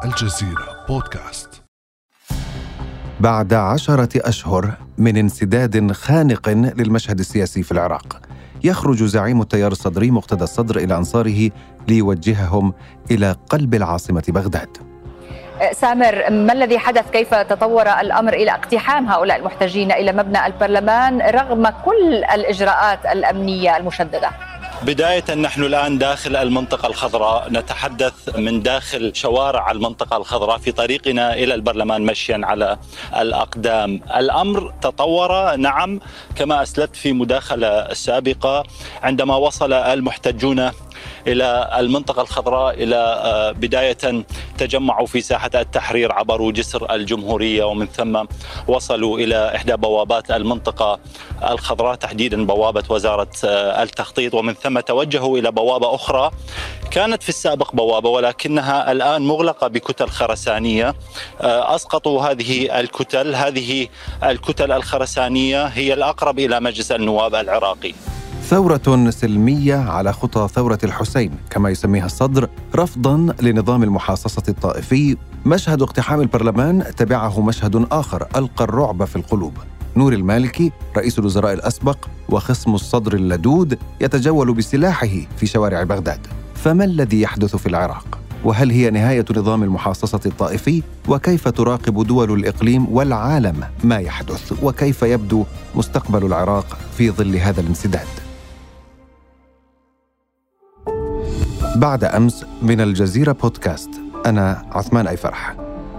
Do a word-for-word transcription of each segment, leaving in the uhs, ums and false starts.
الجزيرة بودكاست. بعد عشرة أشهر من انسداد خانق للمشهد السياسي في العراق، يخرج زعيم التيار الصدري مقتدى الصدر إلى أنصاره ليوجههم إلى قلب العاصمة بغداد. سامر، ما الذي حدث؟ كيف تطور الأمر إلى اقتحام هؤلاء المحتجين إلى مبنى البرلمان رغم كل الإجراءات الأمنية المشددة؟ بداية نحن الآن داخل المنطقة الخضراء، نتحدث من داخل شوارع المنطقة الخضراء في طريقنا إلى البرلمان مشيا على الأقدام. الأمر تطور نعم كما أسلفت في مداخلة سابقة، عندما وصل المحتجون إلى المنطقة الخضراء إلى بداية تجمعوا في ساحة التحرير، عبروا جسر الجمهورية ومن ثم وصلوا إلى إحدى بوابات المنطقة الخضراء تحديدا بوابة وزارة التخطيط، ومن ثم توجهوا إلى بوابة أخرى كانت في السابق بوابة ولكنها الآن مغلقة بكتل خرسانية. أسقطوا هذه الكتل هذه الكتل الخرسانية هي الأقرب إلى مجلس النواب العراقي. ثورة سلمية على خطى ثورة الحسين كما يسميها الصدر، رفضاً لنظام المحاصصة الطائفي. مشهد اقتحام البرلمان تبعه مشهد آخر ألقى الرعب في القلوب. نور المالكي رئيس الوزراء الأسبق وخصم الصدر اللدود يتجول بسلاحه في شوارع بغداد. فما الذي يحدث في العراق؟ وهل هي نهاية نظام المحاصصة الطائفي؟ وكيف تراقب دول الإقليم والعالم ما يحدث؟ وكيف يبدو مستقبل العراق في ظل هذا الانسداد؟ بعد أمس من الجزيرة بودكاست، أنا عثمان أي فرح.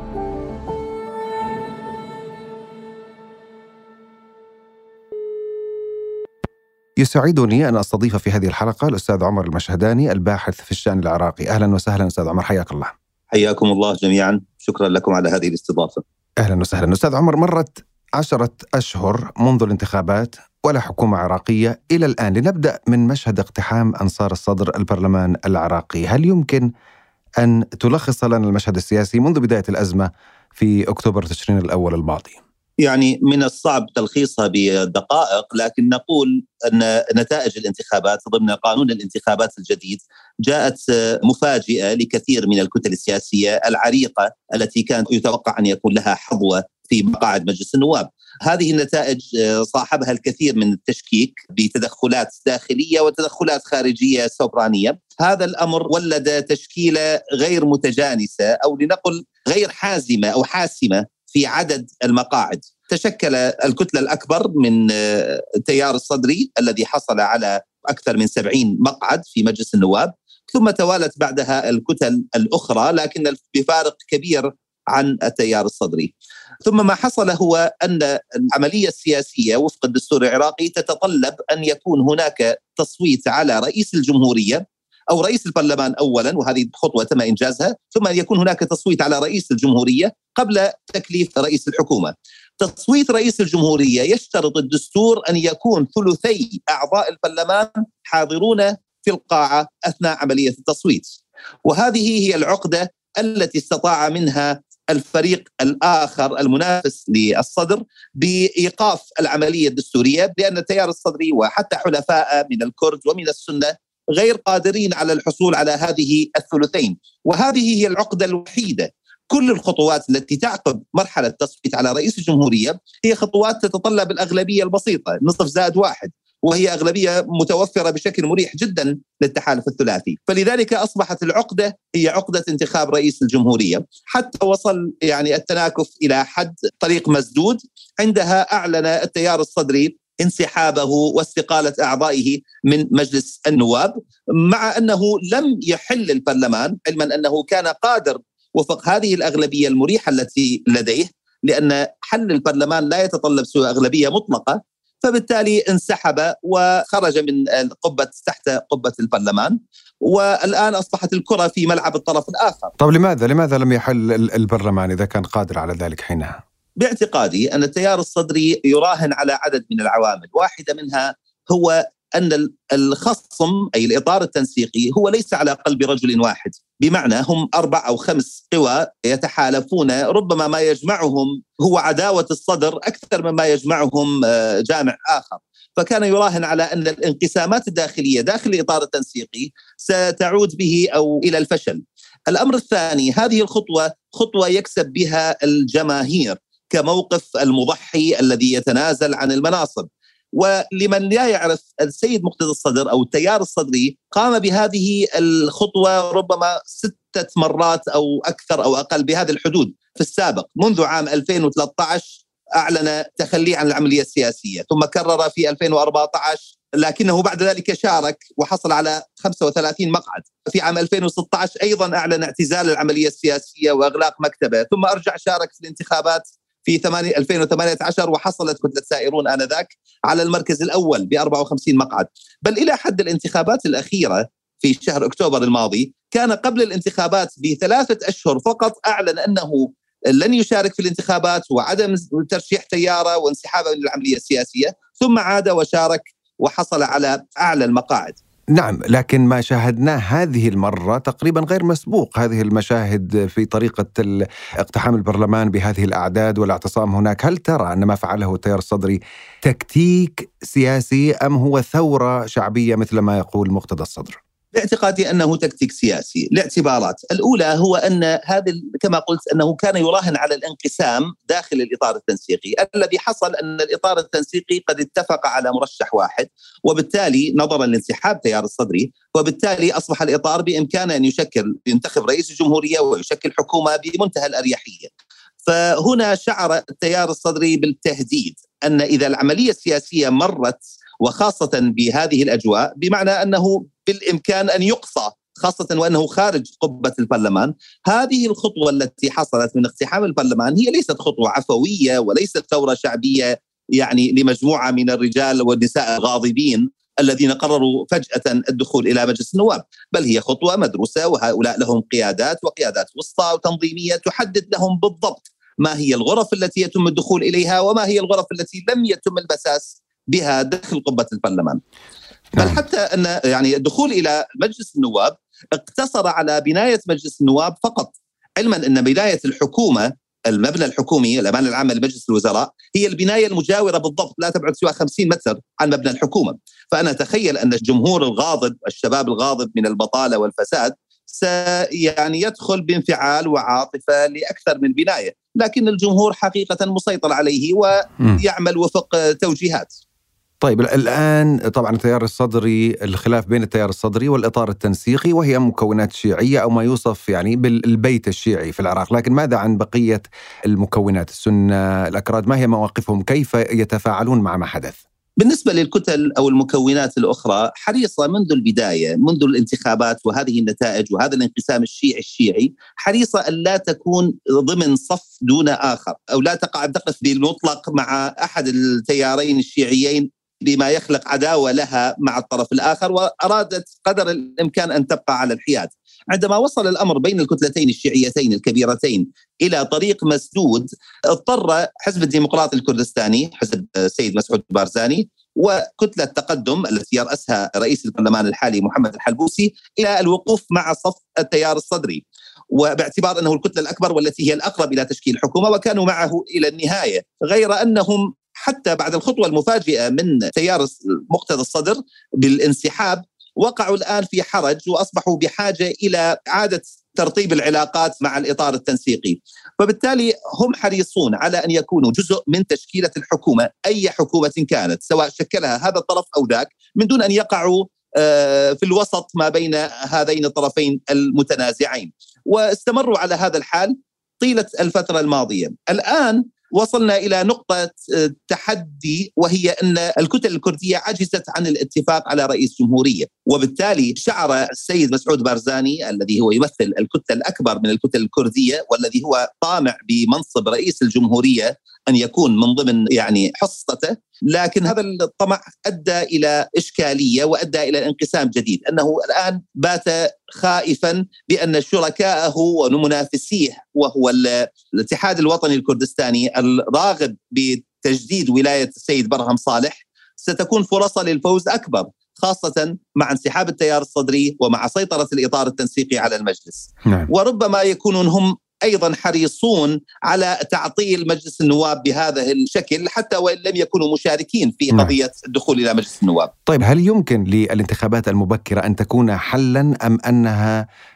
يسعدني أن أستضيف في هذه الحلقة الأستاذ عمر المشهداني الباحث في الشأن العراقي. أهلا وسهلا أستاذ عمر، حياك الله. حياكم الله جميعا، شكرا لكم على هذه الاستضافة. أهلا وسهلا أستاذ عمر. مرت عشرة أشهر منذ الانتخابات ولا حكومة عراقية إلى الآن. لنبدأ من مشهد اقتحام أنصار الصدر البرلمان العراقي. هل يمكن أن تلخص لنا المشهد السياسي منذ بداية الأزمة في أكتوبر تشرين الأول الماضي؟ يعني من الصعب تلخيصها بدقائق، لكن نقول أن نتائج الانتخابات ضمن قانون الانتخابات الجديد جاءت مفاجئة لكثير من الكتل السياسية العريقة التي كان يتوقع أن يكون لها حظوة في مقاعد مجلس النواب. هذه النتائج صاحبها الكثير من التشكيك بتدخلات داخلية وتدخلات خارجية سوبرانية. هذا الأمر ولد تشكيلة غير متجانسة أو لنقل غير حازمة أو حاسمة في عدد المقاعد. تشكل الكتلة الأكبر من التيار الصدري الذي حصل على أكثر من سبعين مقعد في مجلس النواب، ثم توالت بعدها الكتل الأخرى لكن بفارق كبير عن التيار الصدري. ثم ما حصل هو أن العملية السياسية وفق الدستور العراقي تتطلب أن يكون هناك تصويت على رئيس الجمهورية أو رئيس البرلمان أولا، وهذه خطوة تم إنجازها، ثم أن يكون هناك تصويت على رئيس الجمهورية قبل تكليف رئيس الحكومة. تصويت رئيس الجمهورية يشترط الدستور أن يكون ثلثي أعضاء البرلمان حاضرون في القاعة أثناء عملية التصويت، وهذه هي العقدة التي استطاع منها الفريق الآخر المنافس للصدر بإيقاف العملية الدستورية، لأن التيار الصدري وحتى حلفاء من الكرد ومن السنة غير قادرين على الحصول على هذه الثلثين. وهذه هي العقدة الوحيدة. كل الخطوات التي تعقب مرحلة التصويت على رئيس الجمهورية هي خطوات تتطلب الأغلبية البسيطة، نصف زائد واحد، وهي أغلبية متوفرة بشكل مريح جدا للتحالف الثلاثي. فلذلك أصبحت العقدة هي عقدة انتخاب رئيس الجمهورية، حتى وصل يعني التناكف إلى حد طريق مسدود. عندها أعلن التيار الصدري انسحابه واستقالة أعضائه من مجلس النواب، مع أنه لم يحل البرلمان، علما أنه كان قادر وفق هذه الأغلبية المريحة التي لديه، لأن حل البرلمان لا يتطلب سوى أغلبية مطلقة، فبالتالي انسحب وخرج من قبة تحت قبة البرلمان، والآن أصبحت الكرة في ملعب الطرف الآخر. طب لماذا لماذا لم يحل البرلمان إذا كان قادر على ذلك حينها؟ باعتقادي أن التيار الصدري يراهن على عدد من العوامل، واحدة منها هو أن الخصم أي الإطار التنسيقي هو ليس على قلب رجل واحد، بمعنى هم أربع أو خمس قوى يتحالفون، ربما ما يجمعهم هو عداوة الصدر أكثر مما يجمعهم جامع آخر. فكان يراهن على أن الانقسامات الداخلية داخل الإطار التنسيقي ستعود به أو إلى الفشل. الأمر الثاني، هذه الخطوة خطوة يكسب بها الجماهير كموقف المضحي الذي يتنازل عن المناصب. ولمن لا يعرف، السيد مقتدى الصدر أو التيار الصدري قام بهذه الخطوة ربما ستة مرات أو أكثر أو أقل بهذه الحدود في السابق. منذ عام ألفين وثلاثة عشر أعلن تخلي عن العملية السياسية، ثم كرر في ألفين وأربعة عشر، لكنه بعد ذلك شارك وحصل على خمسة وثلاثين مقعد. في عام ألفين وستة عشر أيضا أعلن اعتزال العملية السياسية وإغلاق مكتبه، ثم أرجع شارك في الانتخابات في ألفين وثمانية عشر وحصلت كتلة سائرون آنذاك على المركز الأول ب أربعة وخمسين مقعد. بل إلى حد الانتخابات الأخيرة في شهر أكتوبر الماضي، كان قبل الانتخابات بثلاثة أشهر فقط أعلن أنه لن يشارك في الانتخابات وعدم ترشيح تياره وانسحابه من العملية السياسية، ثم عاد وشارك وحصل على أعلى المقاعد. نعم، لكن ما شاهدناه هذه المرة تقريبا غير مسبوق. هذه المشاهد في طريقة اقتحام البرلمان بهذه الأعداد والاعتصام هناك، هل ترى أن ما فعله التيار الصدري تكتيك سياسي أم هو ثورة شعبية مثل ما يقول مقتدى الصدر؟ باعتقادي أنه تكتيك سياسي لاعتبارات. الأولى هو أن هذا كما قلت أنه كان يراهن على الانقسام داخل الإطار التنسيقي. الذي حصل أن الإطار التنسيقي قد اتفق على مرشح واحد، وبالتالي نظرا لانسحاب تيار الصدري، وبالتالي أصبح الإطار بإمكانه أن يشكل ينتخب رئيس الجمهورية ويشكل حكومة بمنتهى الأريحية. فهنا شعر التيار الصدري بالتهديد أن إذا العملية السياسية مرت وخاصة بهذه الأجواء، بمعنى أنه بالإمكان أن يقصى، خاصة وأنه خارج قبة البرلمان. هذه الخطوة التي حصلت من اقتحام البرلمان هي ليست خطوة عفوية وليست ثورة شعبية يعني لمجموعة من الرجال والنساء الغاضبين الذين قرروا فجأة الدخول إلى مجلس النواب، بل هي خطوة مدروسة، وهؤلاء لهم قيادات وقيادات وسطى وتنظيمية تحدد لهم بالضبط ما هي الغرف التي يتم الدخول إليها وما هي الغرف التي لم يتم المساس بها داخل قبة البرلمان. بل حتى أن يعني الدخول إلى مجلس النواب اقتصر على بناية مجلس النواب فقط، علما أن بناية الحكومة، المبنى الحكومي الأمانة العامة لمجلس الوزراء، هي البناية المجاورة بالضبط، لا تبعد سوى خمسين متر عن مبنى الحكومة. فأنا أتخيل أن الجمهور الغاضب، الشباب الغاضب من البطالة والفساد، سيعني يدخل بانفعال وعاطفة لأكثر من بناية، لكن الجمهور حقيقة مسيطر عليه ويعمل وفق توجيهات. طيب الآن طبعا التيار الصدري، الخلاف بين التيار الصدري والإطار التنسيقي، وهي مكونات شيعية أو ما يوصف يعني بالبيت الشيعي في العراق، لكن ماذا عن بقية المكونات، السنة، الأكراد؟ ما هي مواقفهم؟ كيف يتفاعلون مع ما حدث؟ بالنسبة للكتل أو المكونات الأخرى، حريصة منذ البداية، منذ الانتخابات وهذه النتائج وهذا الانقسام الشيعي الشيعي، حريصة أن لا تكون ضمن صف دون آخر، أو لا تقع تقف بالمطلق مع أحد التيارين الشيعيين بما يخلق عداوة لها مع الطرف الآخر، وأرادت قدر الإمكان أن تبقى على الحياد. عندما وصل الأمر بين الكتلتين الشيعيتين الكبيرتين إلى طريق مسدود، اضطر حزب الديمقراطي الكردستاني، حزب السيد مسعود بارزاني، وكتلة تقدم التي يرأسها رئيس البرلمان الحالي محمد الحلبوسي، إلى الوقوف مع صف التيار الصدري، وباعتبار أنه الكتلة الأكبر والتي هي الأقرب إلى تشكيل حكومة، وكانوا معه إلى النهاية. غير أنهم حتى بعد الخطوة المفاجئة من تيار مقتدى الصدر بالانسحاب، وقعوا الآن في حرج وأصبحوا بحاجة إلى إعادة ترتيب العلاقات مع الإطار التنسيقي. فبالتالي هم حريصون على أن يكونوا جزء من تشكيلة الحكومة، أي حكومة كانت، سواء شكلها هذا الطرف أو ذاك، من دون أن يقعوا في الوسط ما بين هذين الطرفين المتنازعين. واستمروا على هذا الحال طيلة الفترة الماضية. الآن وصلنا إلى نقطة تحدي، وهي أن الكتل الكردية عجزت عن الاتفاق على رئيس جمهورية، وبالتالي شعر السيد مسعود بارزاني الذي هو يمثل الكتلة الأكبر من الكتل الكردية والذي هو طامع بمنصب رئيس الجمهورية أن يكون من ضمن يعني حصته، لكن هذا الطمع أدى إلى إشكالية وأدى إلى انقسام جديد، أنه الآن بات خائفا بأن شركائه ومنافسيه وهو الاتحاد الوطني الكردستاني الراغب بتجديد ولاية السيد برهم صالح ستكون فرصة للفوز أكبر، خاصة مع انسحاب التيار الصدري ومع سيطرة الإطار التنسيقي على المجلس. نعم. وربما يكونون هم أيضا حريصون على تعطيل مجلس النواب بهذا الشكل، حتى وإن لم يكونوا مشاركين في قضية الدخول إلى مجلس النواب. طيب هل يمكن للانتخابات المبكرة أن تكون حلا أم أنها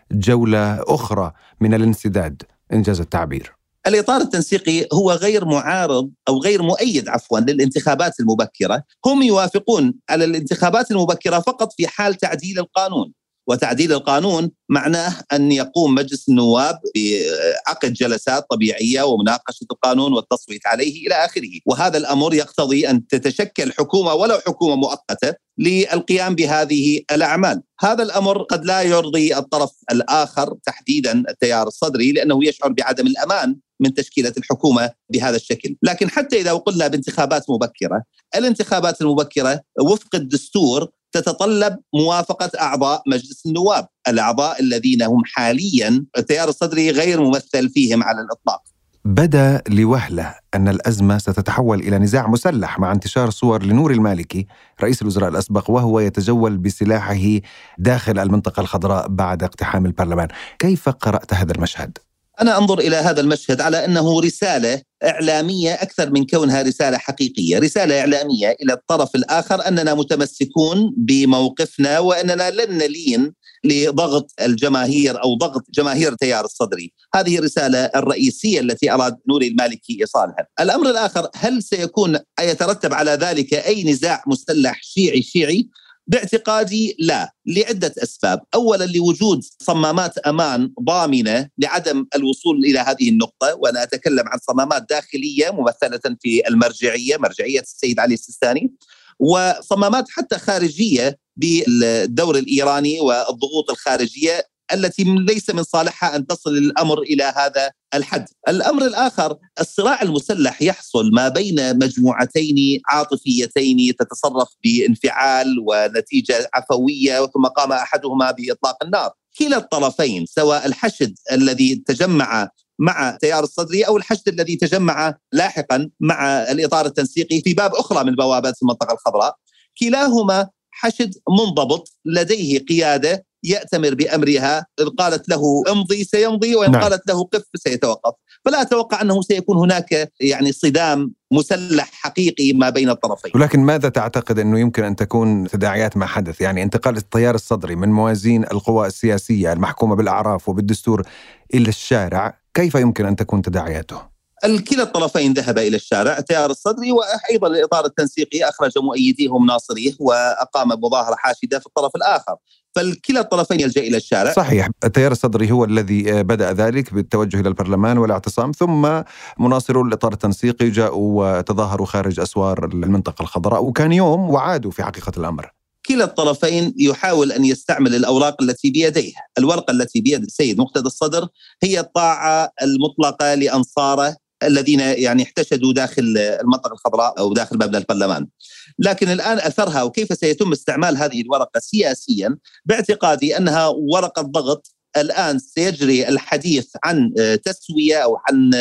جولة أخرى من الانسداد إنجاز التعبير؟ الإطار التنسيقي هو غير معارض أو غير مؤيد عفوا للانتخابات المبكرة. هم يوافقون على الانتخابات المبكرة فقط في حال تعديل القانون، وتعديل القانون معناه أن يقوم مجلس النواب بعقد جلسات طبيعية ومناقشة القانون والتصويت عليه إلى آخره. وهذا الأمر يقتضي أن تتشكل حكومة ولو حكومة مؤقتة للقيام بهذه الأعمال. هذا الأمر قد لا يرضي الطرف الآخر تحديدا التيار الصدري، لأنه يشعر بعدم الأمان من تشكيلة الحكومة بهذا الشكل. لكن حتى إذا قلنا بانتخابات مبكرة، الانتخابات المبكرة وفق الدستور تتطلب موافقة أعضاء مجلس النواب، الأعضاء الذين هم حاليا التيار الصدري غير ممثل فيهم على الإطلاق. بدأ لوهلة أن الأزمة ستتحول إلى نزاع مسلح مع انتشار صور لنور المالكي رئيس الوزراء الأسبق وهو يتجول بسلاحه داخل المنطقة الخضراء بعد اقتحام البرلمان. كيف قرأت هذا المشهد؟ أنا أنظر إلى هذا المشهد على أنه رسالة إعلامية أكثر من كونها رسالة حقيقية، رسالة إعلامية إلى الطرف الآخر أننا متمسكون بموقفنا وأننا لن نلين لضغط الجماهير أو ضغط جماهير التيار الصدري. هذه الرسالة الرئيسية التي أراد نوري المالكي إيصالها. الأمر الآخر، هل سيكون يترتب على ذلك أي نزاع مسلح شيعي شيعي؟ باعتقادي لا، لعدة أسباب. أولا، لوجود صمامات أمان ضامنة لعدم الوصول إلى هذه النقطة، وأنا أتكلم عن صمامات داخلية ممثلة في المرجعية، مرجعية السيد علي السيستاني، وصمامات حتى خارجية بالدور الإيراني والضغوط الخارجية التي ليس من صالحها أن تصل الأمر إلى هذا الحد. الأمر الآخر، الصراع المسلح يحصل ما بين مجموعتين عاطفيتين تتصرف بانفعال ونتيجة عفوية، ثم قام أحدهما بإطلاق النار. كلا الطرفين، سواء الحشد الذي تجمع مع التيار الصدري أو الحشد الذي تجمع لاحقا مع الإطار التنسيقي في باب أخرى من بوابات المنطقة الخضراء، كلاهما حشد منضبط لديه قيادة يأتمر بأمرها. إن قالت له امضي سيمضي، وإن نعم. قالت له قف سيتوقف. فلا أتوقع أنه سيكون هناك يعني صدام مسلح حقيقي ما بين الطرفين. ولكن ماذا تعتقد أنه يمكن أن تكون تداعيات ما حدث؟ يعني انتقال التيار الصدري من موازين القوى السياسية المحكومة بالأعراف وبالدستور إلى الشارع، كيف يمكن أن تكون تداعياته؟ الكلا الطرفين ذهب إلى الشارع، التيار الصدري وأيضا الإطار التنسيقي أخرج مؤيديه ومناصريه وأقام مظاهرة حاشدة في الطرف الآخر، فالكلا الطرفين يلجأ إلى الشارع. صحيح، التيار الصدري هو الذي بدأ ذلك بالتوجه إلى البرلمان والاعتصام، ثم مناصرو الإطار التنسيقي جاءوا وتظاهروا خارج أسوار المنطقة الخضراء، وكان يوم وعادوا في حقيقة الأمر. كلا الطرفين يحاول أن يستعمل الأوراق التي بيديه. الورقة التي بيد السيد مقتدى الصدر هي الطاعة المطلقة لأنصاره الذين يعني احتشدوا داخل المنطقة الخضراء أو داخل مبنى البرلمان. لكن الآن أثرها وكيف سيتم استعمال هذه الورقة سياسيا، باعتقادي أنها ورقة ضغط. الآن سيجري الحديث عن تسوية أو عن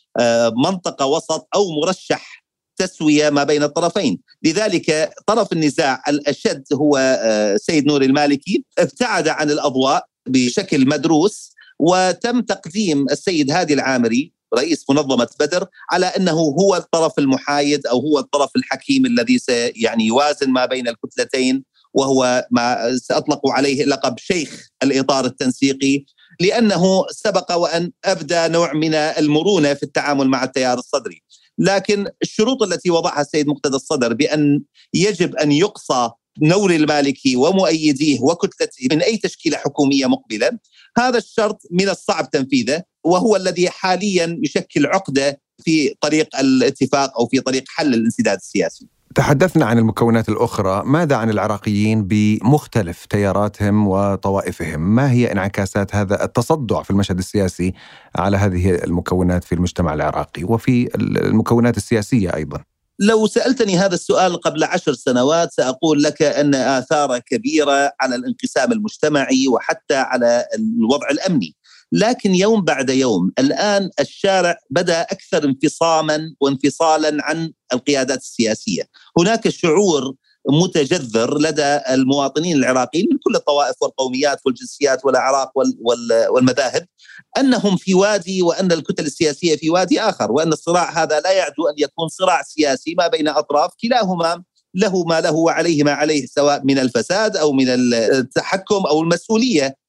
منطقة وسط أو مرشح تسوية ما بين الطرفين. لذلك طرف النزاع الأشد هو سيد نوري المالكي، ابتعد عن الأضواء بشكل مدروس، وتم تقديم السيد هادي العامري رئيس منظمة بدر على أنه هو الطرف المحايد أو هو الطرف الحكيم الذي سيعني يوازن ما بين الكتلتين، وهو ما سأطلق عليه لقب شيخ الإطار التنسيقي، لأنه سبق وأن أبدى نوع من المرونة في التعامل مع التيار الصدري. لكن الشروط التي وضعها السيد مقتدى الصدر بأن يجب أن يقصى نوري المالكي ومؤيديه وكتلته من أي تشكيلة حكومية مقبلة، هذا الشرط من الصعب تنفيذه، وهو الذي حاليا يشكل عقدة في طريق الاتفاق أو في طريق حل الانسداد السياسي. تحدثنا عن المكونات الأخرى، ماذا عن العراقيين بمختلف تياراتهم وطوائفهم؟ ما هي انعكاسات هذا التصدع في المشهد السياسي على هذه المكونات في المجتمع العراقي وفي المكونات السياسية أيضا؟ لو سألتني هذا السؤال قبل عشر سنوات سأقول لك أن آثار كبيرة على الانقسام المجتمعي وحتى على الوضع الأمني. لكن يوم بعد يوم الآن الشارع بدأ أكثر انفصاما وانفصالا عن القيادات السياسية. هناك شعور متجذر لدى المواطنين العراقيين من كل الطوائف والقوميات والجنسيات والأعراق والمذاهب أنهم في وادي، وأن الكتل السياسية في وادي آخر، وأن الصراع هذا لا يعدو أن يكون صراع سياسي ما بين أطراف كلاهما له ما له وعليه ما عليه، سواء من الفساد أو من التحكم أو المسؤولية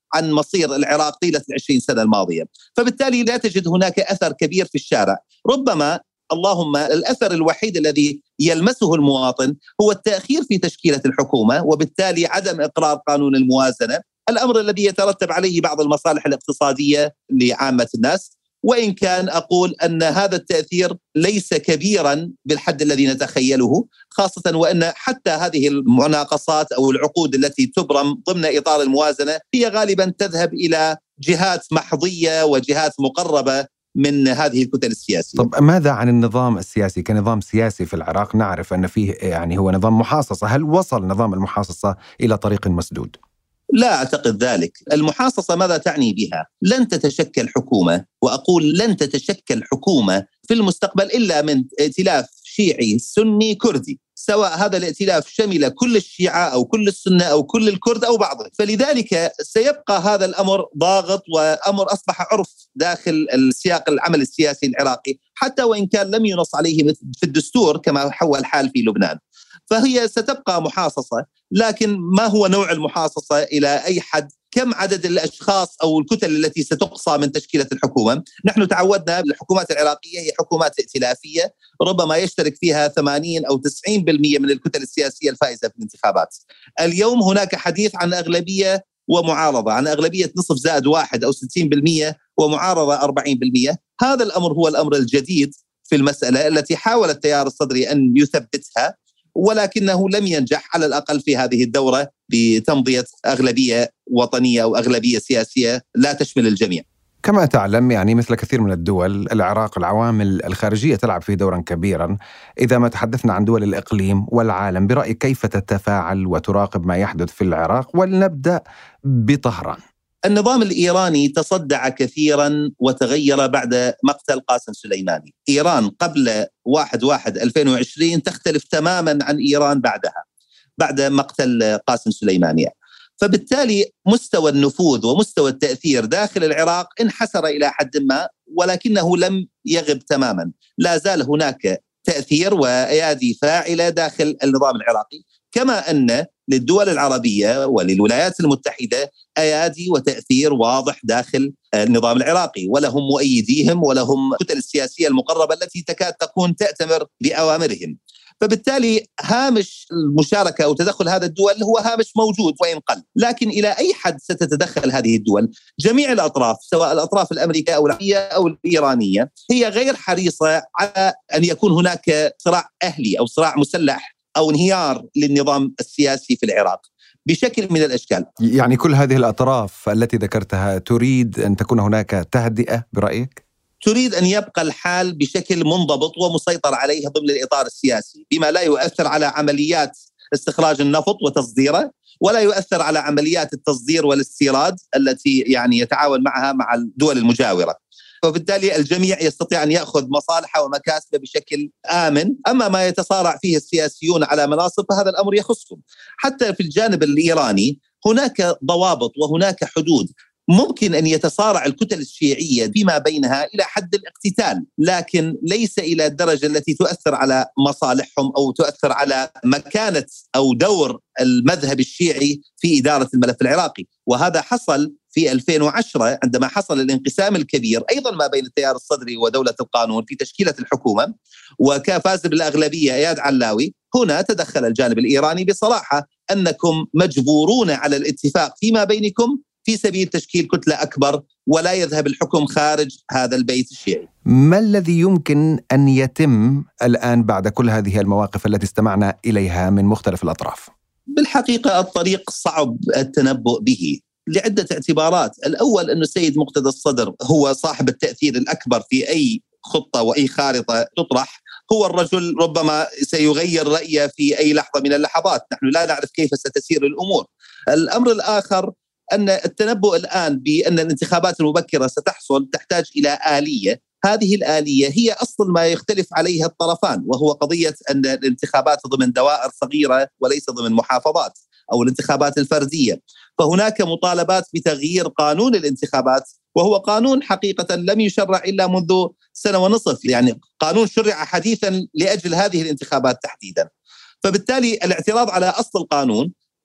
عن مصير العراق طيلة العشرين سنة الماضية. فبالتالي لا تجد هناك أثر كبير في الشارع. ربما اللهم الأثر الوحيد الذي يلمسه المواطن هو التأخير في تشكيلة الحكومة، وبالتالي عدم إقرار قانون الموازنة، الأمر الذي يترتب عليه بعض المصالح الاقتصادية لعامة الناس. وإن كان أقول أن هذا التأثير ليس كبيرا بالحد الذي نتخيله، خاصة وأن حتى هذه المناقصات أو العقود التي تبرم ضمن إطار الموازنة هي غالبا تذهب إلى جهات محظية وجهات مقربة من هذه الكتل السياسية. طب ماذا عن النظام السياسي كنظام سياسي في العراق؟ نعرف أن فيه يعني هو نظام محاصصة، هل وصل نظام المحاصصة إلى طريق مسدود؟ لا أعتقد ذلك. المحاصصة ماذا تعني بها؟ لن تتشكل حكومة، وأقول لن تتشكل حكومة في المستقبل إلا من ائتلاف شيعي سني كردي، سواء هذا الائتلاف شمل كل الشيعة أو كل السنة أو كل الكرد أو بعضهم. فلذلك سيبقى هذا الأمر ضاغط، وأمر أصبح عرف داخل السياق العمل السياسي العراقي، حتى وإن كان لم ينص عليه في الدستور كما هو الحال في لبنان. فهي ستبقى محاصصة، لكن ما هو نوع المحاصصة إلى أي حد؟ كم عدد الأشخاص أو الكتل التي ستقصى من تشكيلة الحكومة؟ نحن تعودنا الحكومات العراقية هي حكومات ائتلافية ربما يشترك فيها ثمانين أو تسعين بالمئة من الكتل السياسية الفائزة في الانتخابات. اليوم هناك حديث عن أغلبية ومعارضة، عن أغلبية نصف زائد واحد أو ستين بالمئة ومعارضة أربعين بالمئة. هذا الأمر هو الأمر الجديد في المسألة التي حاول التيار الصدري أن يثبتها، ولكنه لم ينجح على الأقل في هذه الدورة بتمضية أغلبية وطنية أو أغلبية سياسية لا تشمل الجميع. كما تعلم يعني مثل كثير من الدول العراق العوامل الخارجية تلعب فيه دورا كبيرا. إذا ما تحدثنا عن دول الإقليم والعالم، برأيك كيف تتفاعل وتراقب ما يحدث في العراق؟ ولنبدأ بطهران. النظام الإيراني تصدع كثيرا وتغير بعد مقتل قاسم سليماني. إيران قبل واحد واحد ألفين وعشرين تختلف تماما عن إيران بعدها، بعد مقتل قاسم سليماني. فبالتالي مستوى النفوذ ومستوى التأثير داخل العراق انحسر إلى حد ما، ولكنه لم يغب تماما. لا زال هناك تأثير وأيادي فاعلة داخل النظام العراقي، كما أن للدول العربية وللولايات المتحدة أيادي وتأثير واضح داخل النظام العراقي، ولهم مؤيديهم ولهم الكتل السياسية المقربة التي تكاد تكون تأتمر بأوامرهم. فبالتالي هامش المشاركة أو تدخل هذا الدول هو هامش موجود وإن قل، لكن إلى أي حد ستتدخل هذه الدول؟ جميع الأطراف سواء الأطراف الأمريكية أو العربية أو الإيرانية هي غير حريصة على أن يكون هناك صراع أهلي أو صراع مسلح أو انهيار للنظام السياسي في العراق بشكل من الأشكال. يعني كل هذه الأطراف التي ذكرتها تريد أن تكون هناك تهدئة برأيك؟ تريد أن يبقى الحال بشكل منضبط ومسيطر عليه ضمن الإطار السياسي، بما لا يؤثر على عمليات استخراج النفط وتصديره، ولا يؤثر على عمليات التصدير والاستيراد التي يعني يتعاون معها مع الدول المجاورة. وبالتالي الجميع يستطيع أن يأخذ مصالحه ومكاسبه بشكل آمن. أما ما يتصارع فيه السياسيون على مناصب فهذا الأمر يخصهم. حتى في الجانب الإيراني هناك ضوابط وهناك حدود. ممكن أن يتصارع الكتل الشيعية بما بينها إلى حد الاقتتال، لكن ليس إلى الدرجة التي تؤثر على مصالحهم أو تؤثر على مكانة أو دور المذهب الشيعي في إدارة الملف العراقي. وهذا حصل في ألفين وعشرة عندما حصل الانقسام الكبير أيضا ما بين التيار الصدري ودولة القانون في تشكيلة الحكومة، وكفاز بالأغلبية إياد علاوي. هنا تدخل الجانب الإيراني بصراحة أنكم مجبورون على الاتفاق فيما بينكم في سبيل تشكيل كتلة أكبر، ولا يذهب الحكم خارج هذا البيت الشيعي. ما الذي يمكن أن يتم الآن بعد كل هذه المواقف التي استمعنا إليها من مختلف الأطراف؟ بالحقيقة الطريق صعب التنبؤ به لعدة اعتبارات. الأول أن السيد مقتدى الصدر هو صاحب التأثير الأكبر في أي خطة وأي خارطة تطرح. هو الرجل ربما سيغير رأيه في أي لحظة من اللحظات. نحن لا نعرف كيف ستسير الأمور. الأمر الآخر أن التنبؤ الآن بأن الانتخابات المبكرة ستحصل تحتاج إلى آلية. هذه الآلية هي أصل ما يختلف عليها الطرفان، وهو قضية أن الانتخابات ضمن دوائر صغيرة وليس ضمن محافظات أو الانتخابات الفردية. فهناك مطالبات بتغيير قانون الانتخابات، وهو قانون حقيقة لم يشرع إلا منذ سنة ونصف، يعني قانون شرع حديثا لأجل هذه الانتخابات تحديدا. فبالتالي الاعتراض على أصل القانون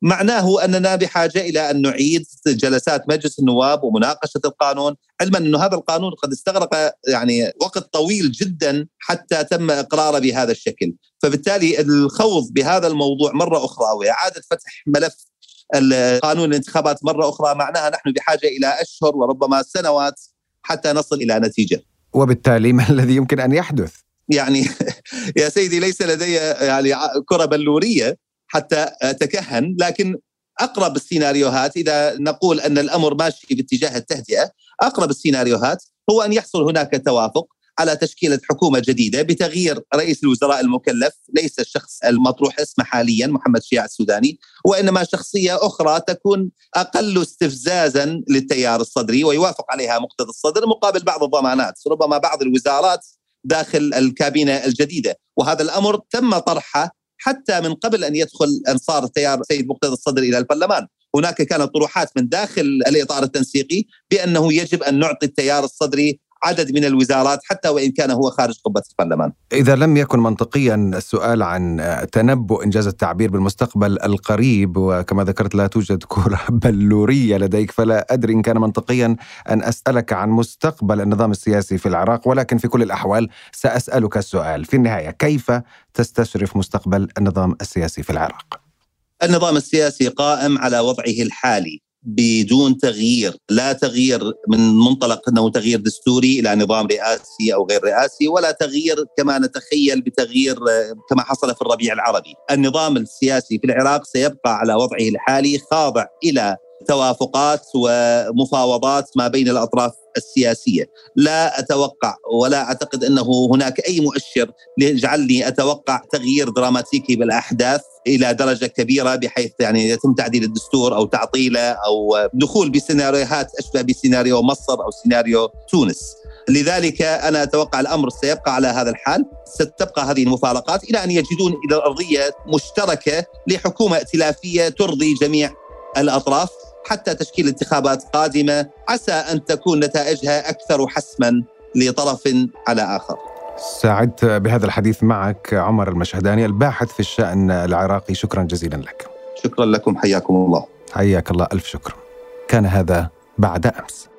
معناه أننا بحاجة إلى أن نعيد جلسات مجلس النواب ومناقشة القانون، علما أن هذا القانون قد استغرق يعني وقت طويل جدا حتى تم إقراره بهذا الشكل. فبالتالي الخوض بهذا الموضوع مرة أخرى وإعادة فتح ملف القانون الانتخابات مرة أخرى معناها نحن بحاجة إلى أشهر وربما سنوات حتى نصل إلى نتيجة. وبالتالي ما الذي يمكن أن يحدث؟ يعني يا سيدي ليس لدي يعني كرة بلورية حتى أتكهن، لكن أقرب السيناريوهات إذا نقول أن الأمر ماشي باتجاه التهدئة، أقرب السيناريوهات هو أن يحصل هناك توافق على تشكيلة حكومة جديدة بتغيير رئيس الوزراء المكلف، ليس الشخص المطروح اسمه حاليا محمد شياع السوداني، وإنما شخصية أخرى تكون أقل استفزازا للتيار الصدري ويوافق عليها مقتدى الصدر مقابل بعض الضمانات، ربما بعض الوزارات داخل الكابينة الجديدة. وهذا الأمر تم طرحه حتى من قبل أن يدخل أنصار التيار سيد مقتدى الصدر إلى البرلمان. هناك كانت طروحات من داخل الإطار التنسيقي بأنه يجب أن نعطي التيار الصدري عدد من الوزارات حتى وإن كان هو خارج قبة البرلمان. إذا لم يكن منطقيا السؤال عن تنبؤ إنجاز التعبير بالمستقبل القريب، وكما ذكرت لا توجد كرة بلورية لديك، فلا أدري إن كان منطقيا أن أسألك عن مستقبل النظام السياسي في العراق، ولكن في كل الأحوال سأسألك السؤال في النهاية: كيف تستشرف مستقبل النظام السياسي في العراق؟ النظام السياسي قائم على وضعه الحالي بدون تغيير، لا تغيير من منطلق أنه تغيير دستوري إلى نظام رئاسي أو غير رئاسي، ولا تغيير كما نتخيل بتغيير كما حصل في الربيع العربي. النظام السياسي في العراق سيبقى على وضعه الحالي خاضع إلى توافقات ومفاوضات ما بين الأطراف السياسية. لا أتوقع ولا أعتقد أنه هناك أي مؤشر يجعلني أتوقع تغيير دراماتيكي بالأحداث إلى درجة كبيرة بحيث يعني يتم تعديل الدستور أو تعطيله أو دخول بسيناريوهات أشبه بسيناريو مصر أو سيناريو تونس. لذلك أنا أتوقع الأمر سيبقى على هذا الحال، ستبقى هذه المفارقات إلى أن يجدون إلى أرضية مشتركة لحكومة ائتلافية ترضي جميع الأطراف حتى تشكيل انتخابات قادمة عسى أن تكون نتائجها أكثر حسما لطرف على آخر. سعدت بهذا الحديث معك عمر المشهداني الباحث في الشأن العراقي، شكرا جزيلا لك. شكرا لكم، حياكم الله. حياك الله، ألف شكر. كان هذا بعد أمس.